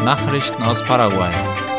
Nachrichten aus Paraguay.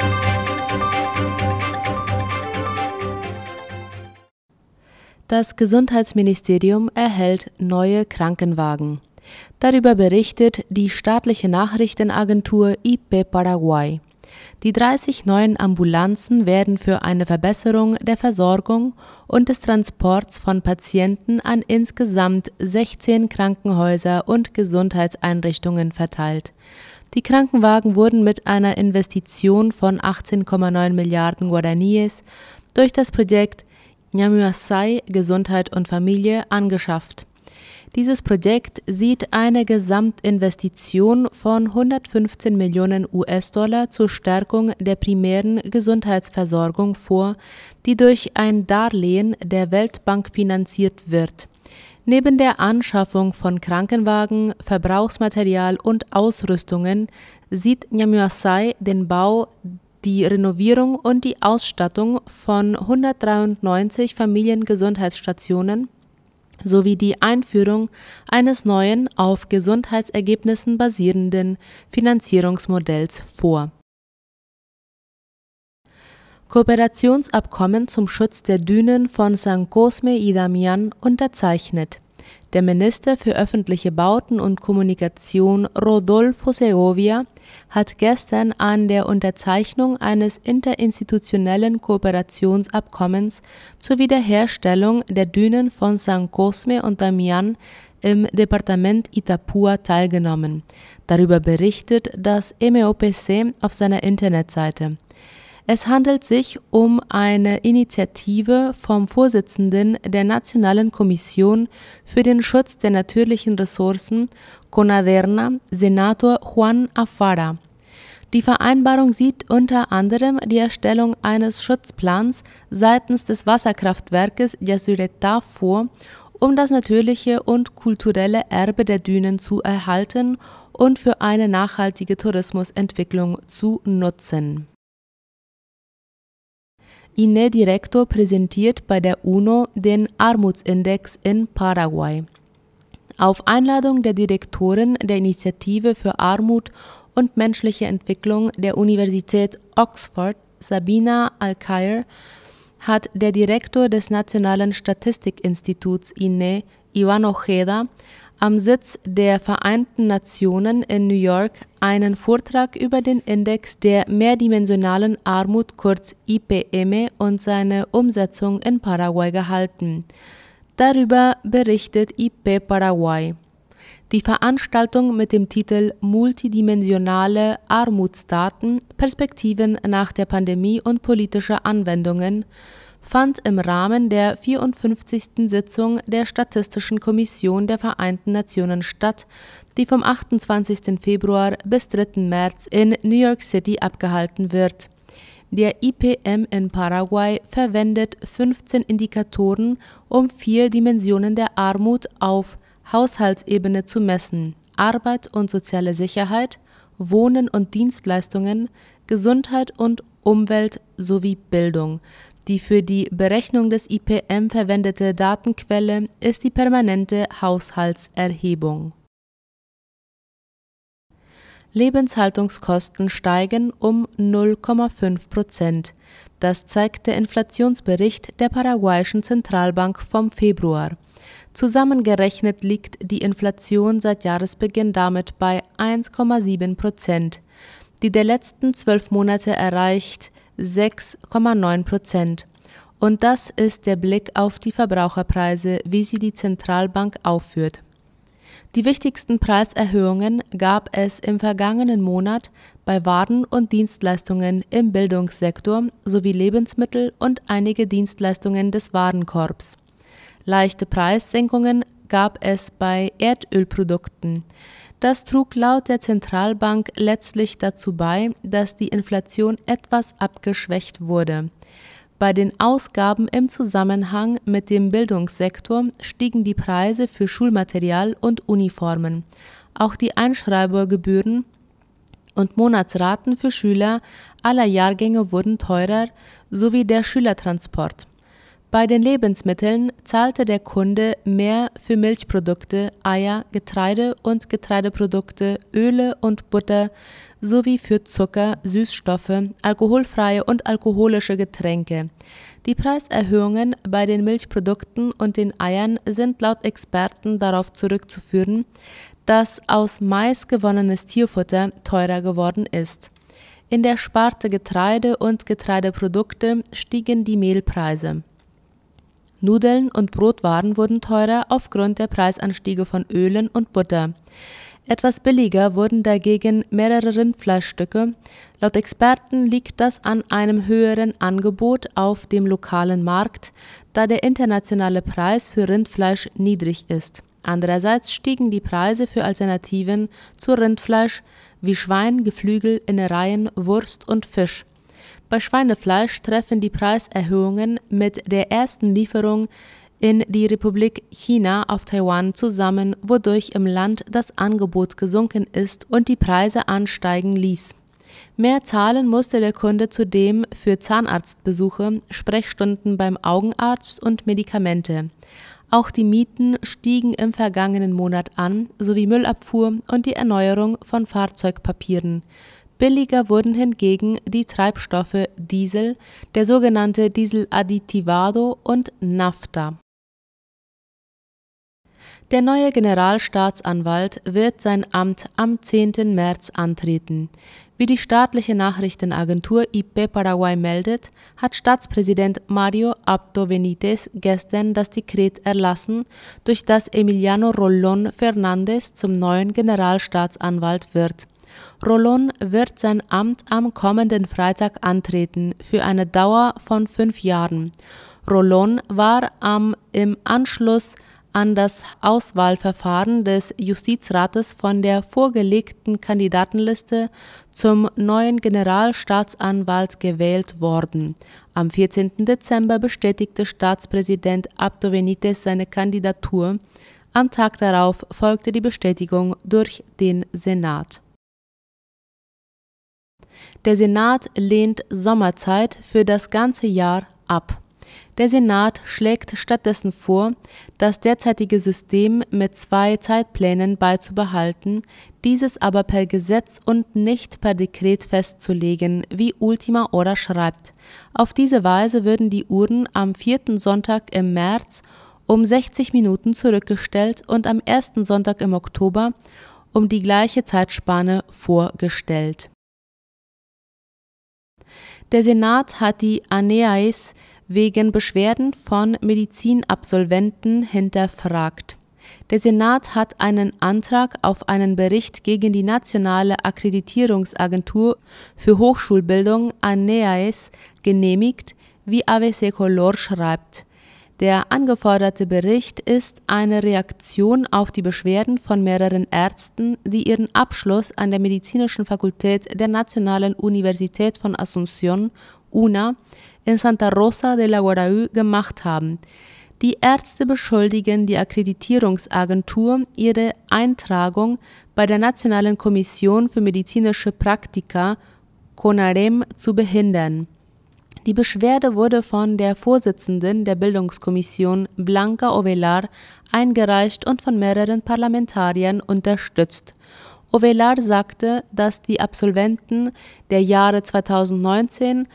Das Gesundheitsministerium erhält neue Krankenwagen. Darüber berichtet die staatliche Nachrichtenagentur IP Paraguay. Die 30 neuen Ambulanzen werden für eine Verbesserung der Versorgung und des Transports von Patienten an insgesamt 16 Krankenhäuser und Gesundheitseinrichtungen verteilt. Die Krankenwagen wurden mit einer Investition von 18,9 Milliarden Guaraníes durch das Projekt Ñamuasai Gesundheit und Familie angeschafft. Dieses Projekt sieht eine Gesamtinvestition von 115 Millionen US-Dollar zur Stärkung der primären Gesundheitsversorgung vor, die durch ein Darlehen der Weltbank finanziert wird. Neben der Anschaffung von Krankenwagen, Verbrauchsmaterial und Ausrüstungen sieht Ñamuasai den Bau, die Renovierung und die Ausstattung von 193 Familiengesundheitsstationen sowie die Einführung eines neuen, auf Gesundheitsergebnissen basierenden Finanzierungsmodells vor. Kooperationsabkommen zum Schutz der Dünen von San Cosme y Damián unterzeichnet. Der Minister für öffentliche Bauten und Kommunikation Rodolfo Segovia hat gestern an der Unterzeichnung eines interinstitutionellen Kooperationsabkommens zur Wiederherstellung der Dünen von San Cosme und Damián im Departement Itapúa teilgenommen. Darüber berichtet das MEOPC auf seiner Internetseite. Es handelt sich um eine Initiative vom Vorsitzenden der Nationalen Kommission für den Schutz der natürlichen Ressourcen, CONADERNA, Senator Juan Afara. Die Vereinbarung sieht unter anderem die Erstellung eines Schutzplans seitens des Wasserkraftwerkes Yacyretá vor, um das natürliche und kulturelle Erbe der Dünen zu erhalten und für eine nachhaltige Tourismusentwicklung zu nutzen. INE-Direktor präsentiert bei der UNO den Armutsindex in Paraguay. Auf Einladung der Direktorin der Initiative für Armut und menschliche Entwicklung der Universität Oxford, Sabina Al-Khair, hat der Direktor des Nationalen Statistikinstituts INE, Iván Ojeda, am Sitz der Vereinten Nationen in New York einen Vortrag über den Index der mehrdimensionalen Armut, kurz IPM, und seine Umsetzung in Paraguay gehalten. Darüber berichtet IP Paraguay. Die Veranstaltung mit dem Titel Multidimensionale Armutsdaten, Perspektiven nach der Pandemie und politische Anwendungen fand im Rahmen der 54. Sitzung der Statistischen Kommission der Vereinten Nationen statt, die vom 28. Februar bis 3. März in New York City abgehalten wird. Der IPM in Paraguay verwendet 15 Indikatoren, um 4 Dimensionen der Armut auf Haushaltsebene zu messen: Arbeit und soziale Sicherheit, Wohnen und Dienstleistungen, Gesundheit und Umwelt sowie Bildung. Die für die Berechnung des IPM verwendete Datenquelle ist die permanente Haushaltserhebung. Lebenshaltungskosten steigen um 0,5%. Das zeigt der Inflationsbericht der paraguayischen Zentralbank vom Februar. Zusammengerechnet liegt die Inflation seit Jahresbeginn damit bei 1,7%. Die der letzten 12 Monate erreicht 6,9%. Und das ist der Blick auf die Verbraucherpreise, wie sie die Zentralbank aufführt. Die wichtigsten Preiserhöhungen gab es im vergangenen Monat bei Waren und Dienstleistungen im Bildungssektor sowie Lebensmittel und einige Dienstleistungen des Warenkorbs. Leichte Preissenkungen gab es bei Erdölprodukten. Das trug laut der Zentralbank letztlich dazu bei, dass die Inflation etwas abgeschwächt wurde. Bei den Ausgaben im Zusammenhang mit dem Bildungssektor stiegen die Preise für Schulmaterial und Uniformen. Auch die Einschreibergebühren und Monatsraten für Schüler aller Jahrgänge wurden teurer, sowie der Schülertransport. Bei den Lebensmitteln zahlte der Kunde mehr für Milchprodukte, Eier, Getreide und Getreideprodukte, Öle und Butter sowie für Zucker, Süßstoffe, alkoholfreie und alkoholische Getränke. Die Preiserhöhungen bei den Milchprodukten und den Eiern sind laut Experten darauf zurückzuführen, dass aus Mais gewonnenes Tierfutter teurer geworden ist. In der Sparte Getreide und Getreideprodukte stiegen die Mehlpreise. Nudeln und Brotwaren wurden teurer aufgrund der Preisanstiege von Ölen und Butter. Etwas billiger wurden dagegen mehrere Rindfleischstücke. Laut Experten liegt das an einem höheren Angebot auf dem lokalen Markt, da der internationale Preis für Rindfleisch niedrig ist. Andererseits stiegen die Preise für Alternativen zu Rindfleisch wie Schwein, Geflügel, Innereien, Wurst und Fisch. Bei Schweinefleisch treffen die Preiserhöhungen mit der ersten Lieferung in die Republik China auf Taiwan zusammen, wodurch im Land das Angebot gesunken ist und die Preise ansteigen ließ. Mehr zahlen musste der Kunde zudem für Zahnarztbesuche, Sprechstunden beim Augenarzt und Medikamente. Auch die Mieten stiegen im vergangenen Monat an, sowie Müllabfuhr und die Erneuerung von Fahrzeugpapieren. Billiger wurden hingegen die Treibstoffe Diesel, der sogenannte Diesel Aditivado und Nafta. Der neue Generalstaatsanwalt wird sein Amt am 10. März antreten. Wie die staatliche Nachrichtenagentur IP Paraguay meldet, hat Staatspräsident Mario Abdo Benítez gestern das Dekret erlassen, durch das Emiliano Rolón Fernández zum neuen Generalstaatsanwalt wird. Rolón wird sein Amt am kommenden Freitag antreten, für eine Dauer von 5 Jahren. Rolón war im Anschluss an das Auswahlverfahren des Justizrates von der vorgelegten Kandidatenliste zum neuen Generalstaatsanwalt gewählt worden. Am 14. Dezember bestätigte Staatspräsident Abdo Benítez seine Kandidatur. Am Tag darauf folgte die Bestätigung durch den Senat. Der Senat lehnt Sommerzeit für das ganze Jahr ab. Der Senat schlägt stattdessen vor, das derzeitige System mit 2 Zeitplänen beizubehalten, dieses aber per Gesetz und nicht per Dekret festzulegen, wie Ultima Hora schreibt. Auf diese Weise würden die Uhren am 4. Sonntag im März um 60 Minuten zurückgestellt und am 1. Sonntag im Oktober um die gleiche Zeitspanne vorgestellt. Der Senat hat die ANEAIS wegen Beschwerden von Medizinabsolventen hinterfragt. Der Senat hat einen Antrag auf einen Bericht gegen die Nationale Akkreditierungsagentur für Hochschulbildung ANEAIS genehmigt, wie ABC Color schreibt. Der angeforderte Bericht ist eine Reaktion auf die Beschwerden von mehreren Ärzten, die ihren Abschluss an der Medizinischen Fakultät der Nationalen Universität von Asunción, UNA, in Santa Rosa de la Guaraú gemacht haben. Die Ärzte beschuldigen die Akkreditierungsagentur, ihre Eintragung bei der Nationalen Kommission für medizinische Praktika, CONAREM, zu behindern. Die Beschwerde wurde von der Vorsitzenden der Bildungskommission, Blanca Ovelar, eingereicht und von mehreren Parlamentariern unterstützt. Ovelar sagte, dass die Absolventen der Jahre 2019,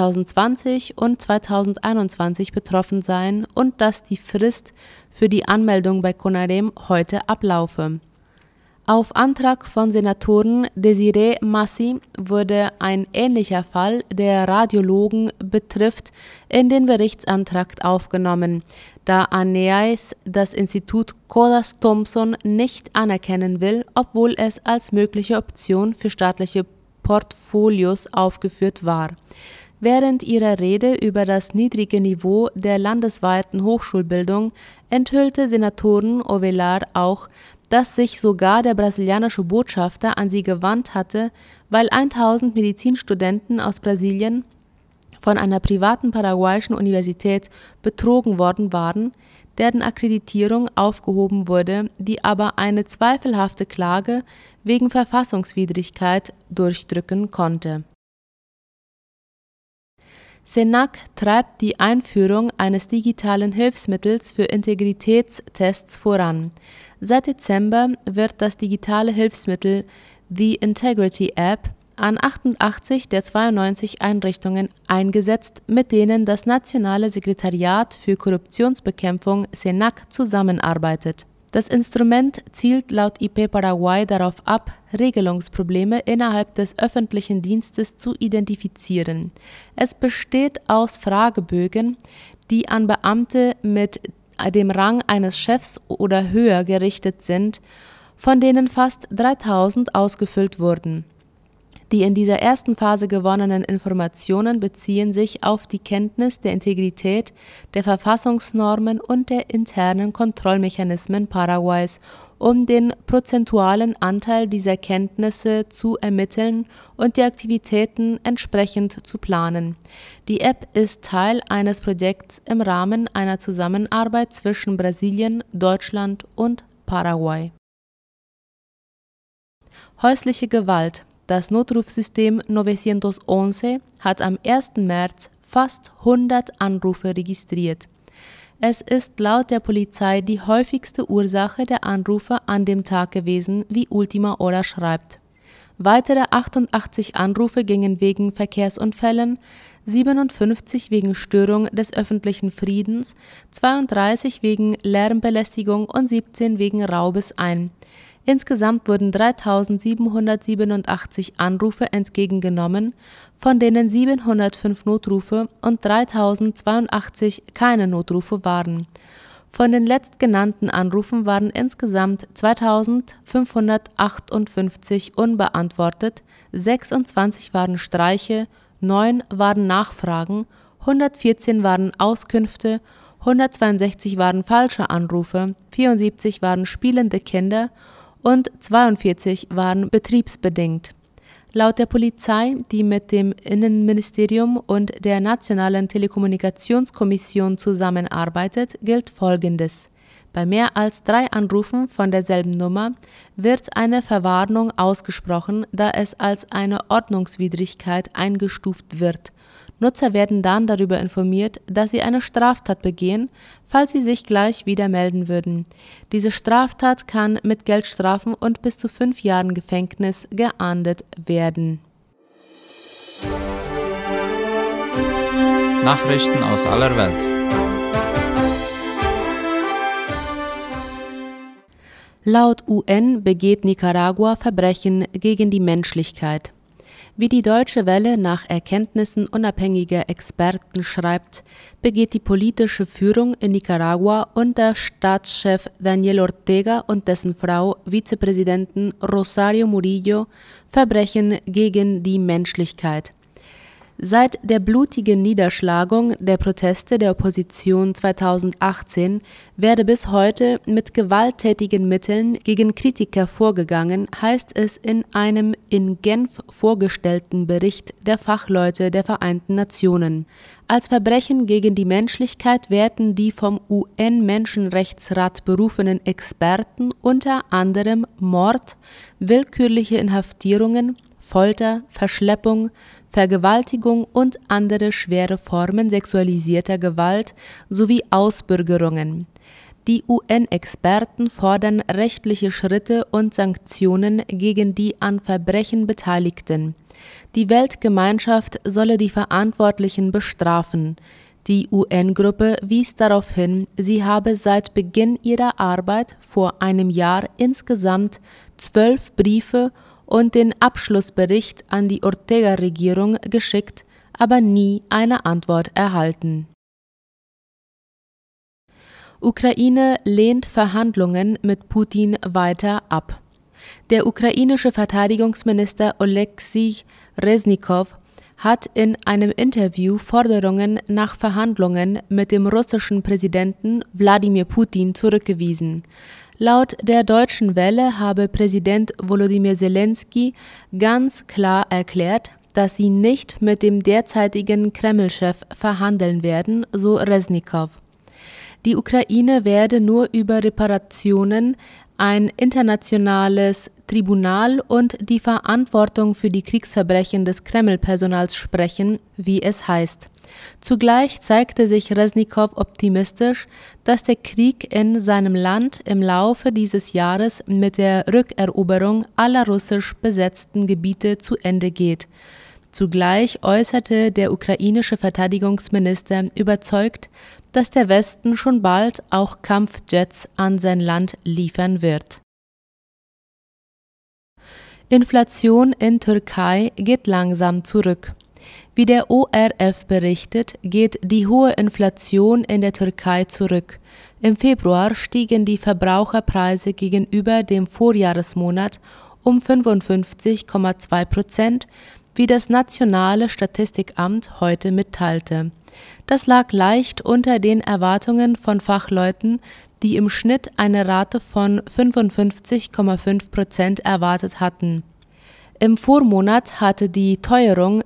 2020 und 2021 betroffen seien und dass die Frist für die Anmeldung bei CONAREM heute ablaufe. Auf Antrag von Senatoren Desiree Massi wurde ein ähnlicher Fall, der Radiologen betrifft, in den Berichtsantrag aufgenommen, da ANEAIS das Institut Kodas Thompson nicht anerkennen will, obwohl es als mögliche Option für staatliche Portfolios aufgeführt war. Während ihrer Rede über das niedrige Niveau der landesweiten Hochschulbildung enthüllte Senatorin Ovelar auch, dass sich sogar der brasilianische Botschafter an sie gewandt hatte, weil 1000 Medizinstudenten aus Brasilien von einer privaten paraguayischen Universität betrogen worden waren, deren Akkreditierung aufgehoben wurde, die aber eine zweifelhafte Klage wegen Verfassungswidrigkeit durchdrücken konnte. CENAC treibt die Einführung eines digitalen Hilfsmittels für Integritätstests voran. Seit Dezember wird das digitale Hilfsmittel The Integrity App an 88 der 92 Einrichtungen eingesetzt, mit denen das Nationale Sekretariat für Korruptionsbekämpfung CENAC zusammenarbeitet. Das Instrument zielt laut IP Paraguay darauf ab, Regelungsprobleme innerhalb des öffentlichen Dienstes zu identifizieren. Es besteht aus Fragebögen, die an Beamte mit dem Rang eines Chefs oder höher gerichtet sind, von denen fast 3000 ausgefüllt wurden. Die in dieser ersten Phase gewonnenen Informationen beziehen sich auf die Kenntnis der Integrität, der Verfassungsnormen und der internen Kontrollmechanismen Paraguays, um den prozentualen Anteil dieser Kenntnisse zu ermitteln und die Aktivitäten entsprechend zu planen. Die App ist Teil eines Projekts im Rahmen einer Zusammenarbeit zwischen Brasilien, Deutschland und Paraguay. Häusliche Gewalt. Das Notrufsystem 911 hat am 1. März fast 100 Anrufe registriert. Es ist laut der Polizei die häufigste Ursache der Anrufe an dem Tag gewesen, wie Ultima Hora schreibt. Weitere 88 Anrufe gingen wegen Verkehrsunfällen, 57 wegen Störung des öffentlichen Friedens, 32 wegen Lärmbelästigung und 17 wegen Raubes ein. Insgesamt wurden 3.787 Anrufe entgegengenommen, von denen 705 Notrufe und 3.082 keine Notrufe waren. Von den letztgenannten Anrufen waren insgesamt 2.558 unbeantwortet, 26 waren Streiche, 9 waren Nachfragen, 114 waren Auskünfte, 162 waren falsche Anrufe, 74 waren spielende Kinder und 42 waren betriebsbedingt. Laut der Polizei, die mit dem Innenministerium und der Nationalen Telekommunikationskommission zusammenarbeitet, gilt Folgendes: Bei mehr als 3 Anrufen von derselben Nummer wird eine Verwarnung ausgesprochen, da es als eine Ordnungswidrigkeit eingestuft wird. Nutzer werden dann darüber informiert, dass sie eine Straftat begehen, falls sie sich gleich wieder melden würden. Diese Straftat kann mit Geldstrafen und bis zu 5 Jahren Gefängnis geahndet werden. Nachrichten aus aller Welt. Laut UN begeht Nicaragua Verbrechen gegen die Menschlichkeit. Wie die Deutsche Welle nach Erkenntnissen unabhängiger Experten schreibt, begeht die politische Führung in Nicaragua unter Staatschef Daniel Ortega und dessen Frau, Vizepräsidentin Rosario Murillo, Verbrechen gegen die Menschlichkeit. Seit der blutigen Niederschlagung der Proteste der Opposition 2018 werde bis heute mit gewalttätigen Mitteln gegen Kritiker vorgegangen, heißt es in einem in Genf vorgestellten Bericht der Fachleute der Vereinten Nationen. Als Verbrechen gegen die Menschlichkeit werten die vom UN-Menschenrechtsrat berufenen Experten unter anderem Mord, willkürliche Inhaftierungen, Folter, Verschleppung, Vergewaltigung und andere schwere Formen sexualisierter Gewalt sowie Ausbürgerungen. Die UN-Experten fordern rechtliche Schritte und Sanktionen gegen die an Verbrechen Beteiligten. Die Weltgemeinschaft solle die Verantwortlichen bestrafen. Die UN-Gruppe wies darauf hin, sie habe seit Beginn ihrer Arbeit vor einem Jahr insgesamt 12 Briefe und den Abschlussbericht an die Ortega-Regierung geschickt, aber nie eine Antwort erhalten. Ukraine lehnt Verhandlungen mit Putin weiter ab. Der ukrainische Verteidigungsminister Oleksiy Resnikow hat in einem Interview Forderungen nach Verhandlungen mit dem russischen Präsidenten Wladimir Putin zurückgewiesen. Laut der Deutschen Welle habe Präsident Volodymyr Zelensky ganz klar erklärt, dass sie nicht mit dem derzeitigen Kreml-Chef verhandeln werden, so Resnikow. Die Ukraine werde nur über Reparationen ein internationales Tribunal und die Verantwortung für die Kriegsverbrechen des Kreml-Personals sprechen, wie es heißt. Zugleich zeigte sich Resnikow optimistisch, dass der Krieg in seinem Land im Laufe dieses Jahres mit der Rückeroberung aller russisch besetzten Gebiete zu Ende geht. Zugleich äußerte der ukrainische Verteidigungsminister überzeugt, dass der Westen schon bald auch Kampfjets an sein Land liefern wird. Inflation in Türkei geht langsam zurück. Wie der ORF berichtet, geht die hohe Inflation in der Türkei zurück. Im Februar stiegen die Verbraucherpreise gegenüber dem Vorjahresmonat um 55,2%, wie das Nationale Statistikamt heute mitteilte. Das lag leicht unter den Erwartungen von Fachleuten, die im Schnitt eine Rate von 55,5% erwartet hatten. Im Vormonat hatte die Teuerung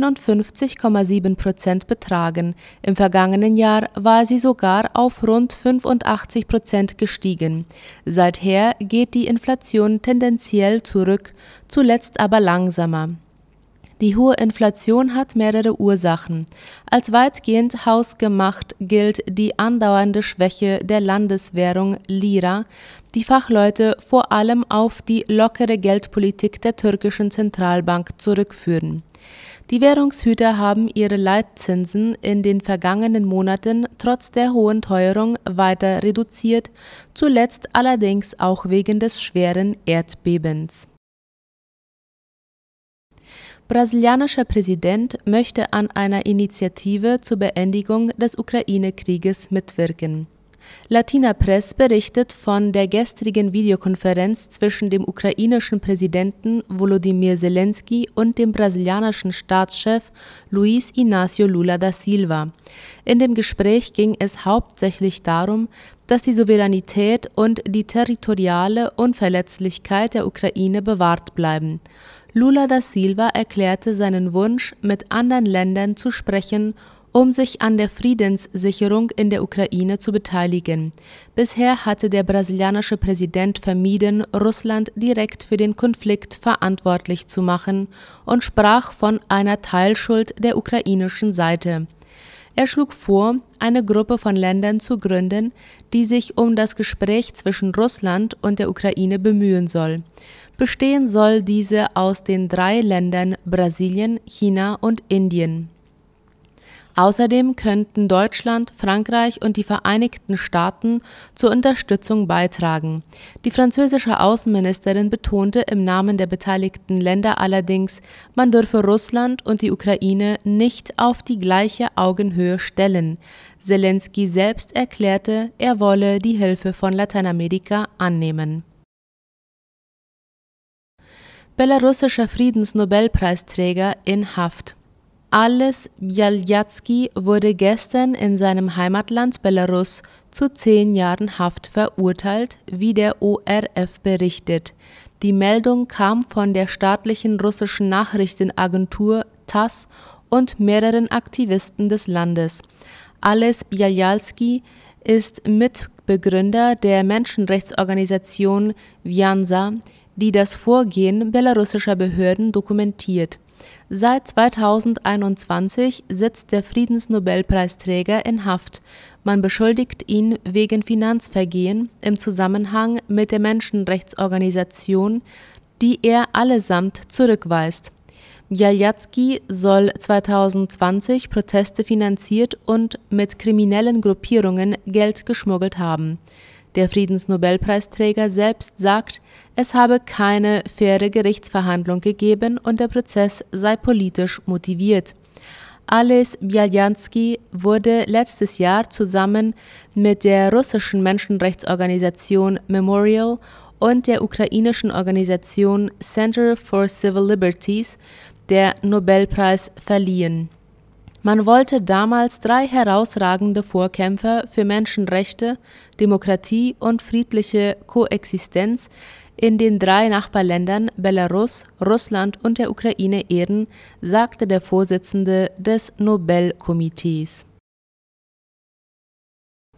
57,7% betragen, im vergangenen Jahr war sie sogar auf rund 85% gestiegen. Seither geht die Inflation tendenziell zurück, zuletzt aber langsamer. Die hohe Inflation hat mehrere Ursachen. Als weitgehend hausgemacht gilt die andauernde Schwäche der Landeswährung Lira, die Fachleute vor allem auf die lockere Geldpolitik der türkischen Zentralbank zurückführen. Die Währungshüter haben ihre Leitzinsen in den vergangenen Monaten trotz der hohen Teuerung weiter reduziert, zuletzt allerdings auch wegen des schweren Erdbebens. Brasilianischer Präsident möchte an einer Initiative zur Beendigung des Ukraine-Krieges mitwirken. Latina Press berichtet von der gestrigen Videokonferenz zwischen dem ukrainischen Präsidenten Volodymyr Zelensky und dem brasilianischen Staatschef Luiz Inácio Lula da Silva. In dem Gespräch ging es hauptsächlich darum, dass die Souveränität und die territoriale Unverletzlichkeit der Ukraine bewahrt bleiben. Lula da Silva erklärte seinen Wunsch, mit anderen Ländern zu sprechen, um sich an der Friedenssicherung in der Ukraine zu beteiligen. Bisher hatte der brasilianische Präsident vermieden, Russland direkt für den Konflikt verantwortlich zu machen und sprach von einer Teilschuld der ukrainischen Seite. Er schlug vor, eine Gruppe von Ländern zu gründen, die sich um das Gespräch zwischen Russland und der Ukraine bemühen soll. Bestehen soll diese aus den 3 Ländern Brasilien, China und Indien. Außerdem könnten Deutschland, Frankreich und die Vereinigten Staaten zur Unterstützung beitragen. Die französische Außenministerin betonte im Namen der beteiligten Länder allerdings, man dürfe Russland und die Ukraine nicht auf die gleiche Augenhöhe stellen. Zelensky selbst erklärte, er wolle die Hilfe von Lateinamerika annehmen. Belarussischer Friedensnobelpreisträger in Haft. Ales Bialyatsky wurde gestern in seinem Heimatland Belarus zu 10 Jahren Haft verurteilt, wie der ORF berichtet. Die Meldung kam von der staatlichen russischen Nachrichtenagentur TASS und mehreren Aktivisten des Landes. Ales Bialyatsky ist Mitbegründer der Menschenrechtsorganisation Vjansa, die das Vorgehen belarussischer Behörden dokumentiert. Seit 2021 sitzt der Friedensnobelpreisträger in Haft. Man beschuldigt ihn wegen Finanzvergehen im Zusammenhang mit der Menschenrechtsorganisation, die er allesamt zurückweist. Bialyatsky soll 2020 Proteste finanziert und mit kriminellen Gruppierungen Geld geschmuggelt haben. Der Friedensnobelpreisträger selbst sagt, es habe keine faire Gerichtsverhandlung gegeben und der Prozess sei politisch motiviert. Ales Bialyatsky wurde letztes Jahr zusammen mit der russischen Menschenrechtsorganisation Memorial und der ukrainischen Organisation Center for Civil Liberties der Nobelpreis verliehen. Man wollte damals 3 herausragende Vorkämpfer für Menschenrechte, Demokratie und friedliche Koexistenz in den 3 Nachbarländern Belarus, Russland und der Ukraine ehren, sagte der Vorsitzende des Nobelkomitees.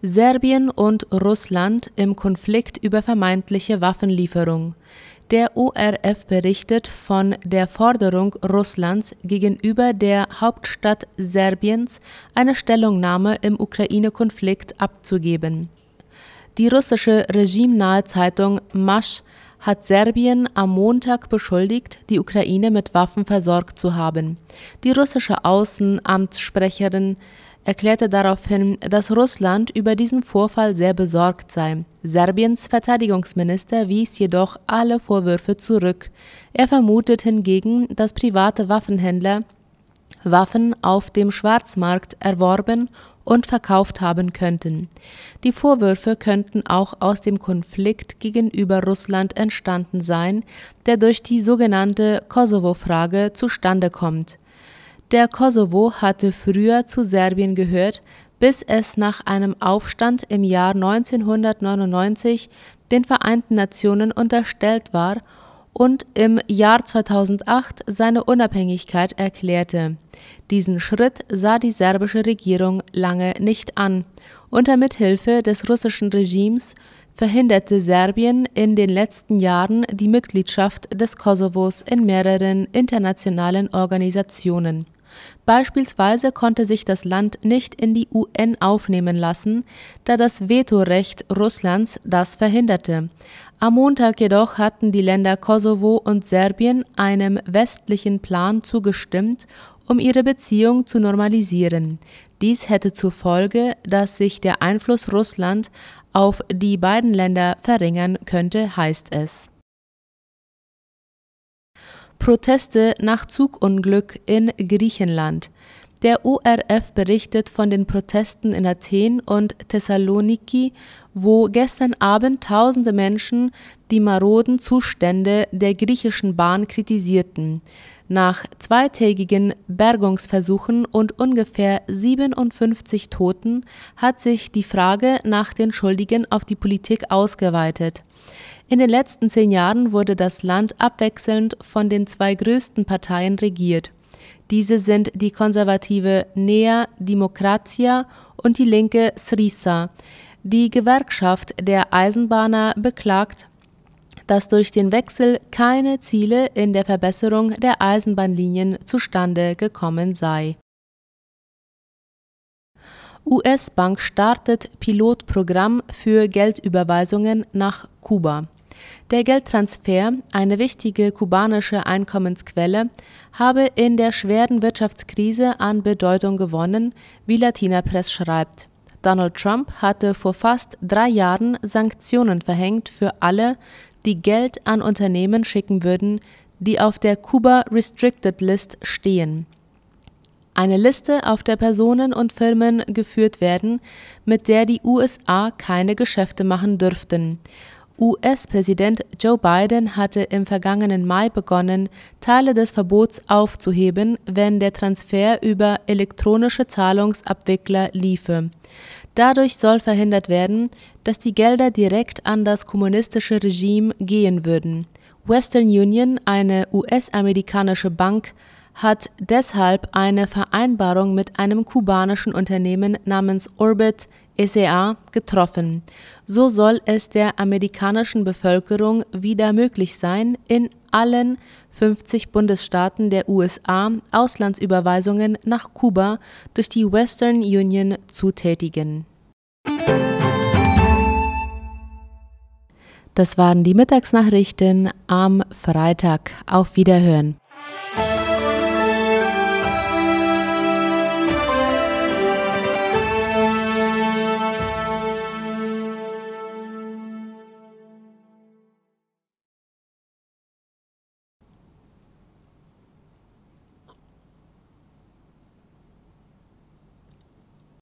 Serbien und Russland im Konflikt über vermeintliche Waffenlieferung. Der ORF berichtet von der Forderung Russlands gegenüber der Hauptstadt Serbiens, eine Stellungnahme im Ukraine-Konflikt abzugeben. Die russische regimenahe Zeitung Masch hat Serbien am Montag beschuldigt, die Ukraine mit Waffen versorgt zu haben. Die russische Außenamtssprecherin erklärte daraufhin, dass Russland über diesen Vorfall sehr besorgt sei. Serbiens Verteidigungsminister wies jedoch alle Vorwürfe zurück. Er vermutet hingegen, dass private Waffenhändler Waffen auf dem Schwarzmarkt erworben und verkauft haben könnten. Die Vorwürfe könnten auch aus dem Konflikt gegenüber Russland entstanden sein, der durch die sogenannte Kosovo-Frage zustande kommt. Der Kosovo hatte früher zu Serbien gehört, bis es nach einem Aufstand im Jahr 1999 den Vereinten Nationen unterstellt war und im Jahr 2008 seine Unabhängigkeit erklärte. Diesen Schritt sah die serbische Regierung lange nicht an. Unter Mithilfe des russischen Regimes verhinderte Serbien in den letzten Jahren die Mitgliedschaft des Kosovos in mehreren internationalen Organisationen. Beispielsweise konnte sich das Land nicht in die UN aufnehmen lassen, da das Vetorecht Russlands das verhinderte. Am Montag jedoch hatten die Länder Kosovo und Serbien einem westlichen Plan zugestimmt, um ihre Beziehung zu normalisieren. Dies hätte zur Folge, dass sich der Einfluss Russlands auf die beiden Länder verringern könnte, heißt es. Proteste nach Zugunglück in Griechenland. Der ORF berichtet von den Protesten in Athen und Thessaloniki, wo gestern Abend tausende Menschen die maroden Zustände der griechischen Bahn kritisierten. Nach zweitägigen Bergungsversuchen und ungefähr 57 Toten hat sich die Frage nach den Schuldigen auf die Politik ausgeweitet. In den letzten 10 Jahren wurde das Land abwechselnd von den zwei größten Parteien regiert. Diese sind die konservative Nea Dimokratia und die linke Syriza. Die Gewerkschaft der Eisenbahner beklagt, dass durch den Wechsel keine Ziele in der Verbesserung der Eisenbahnlinien zustande gekommen sei. US-Bank startet Pilotprogramm für Geldüberweisungen nach Kuba. Der Geldtransfer, eine wichtige kubanische Einkommensquelle, habe in der schweren Wirtschaftskrise an Bedeutung gewonnen, wie Latina Press schreibt. Donald Trump hatte vor fast 3 Jahren Sanktionen verhängt für alle, die Geld an Unternehmen schicken würden, die auf der Cuba Restricted List stehen. Eine Liste, auf der Personen und Firmen geführt werden, mit der die USA keine Geschäfte machen dürften. US-Präsident Joe Biden hatte im vergangenen Mai begonnen, Teile des Verbots aufzuheben, wenn der Transfer über elektronische Zahlungsabwickler liefe. Dadurch soll verhindert werden, dass die Gelder direkt an das kommunistische Regime gehen würden. Western Union, eine US-amerikanische Bank, hat deshalb eine Vereinbarung mit einem kubanischen Unternehmen namens Orbit S.A. getroffen. So soll es der amerikanischen Bevölkerung wieder möglich sein, in allen 50 Bundesstaaten der USA Auslandsüberweisungen nach Kuba durch die Western Union zu tätigen. Das waren die Mittagsnachrichten am Freitag. Auf Wiederhören.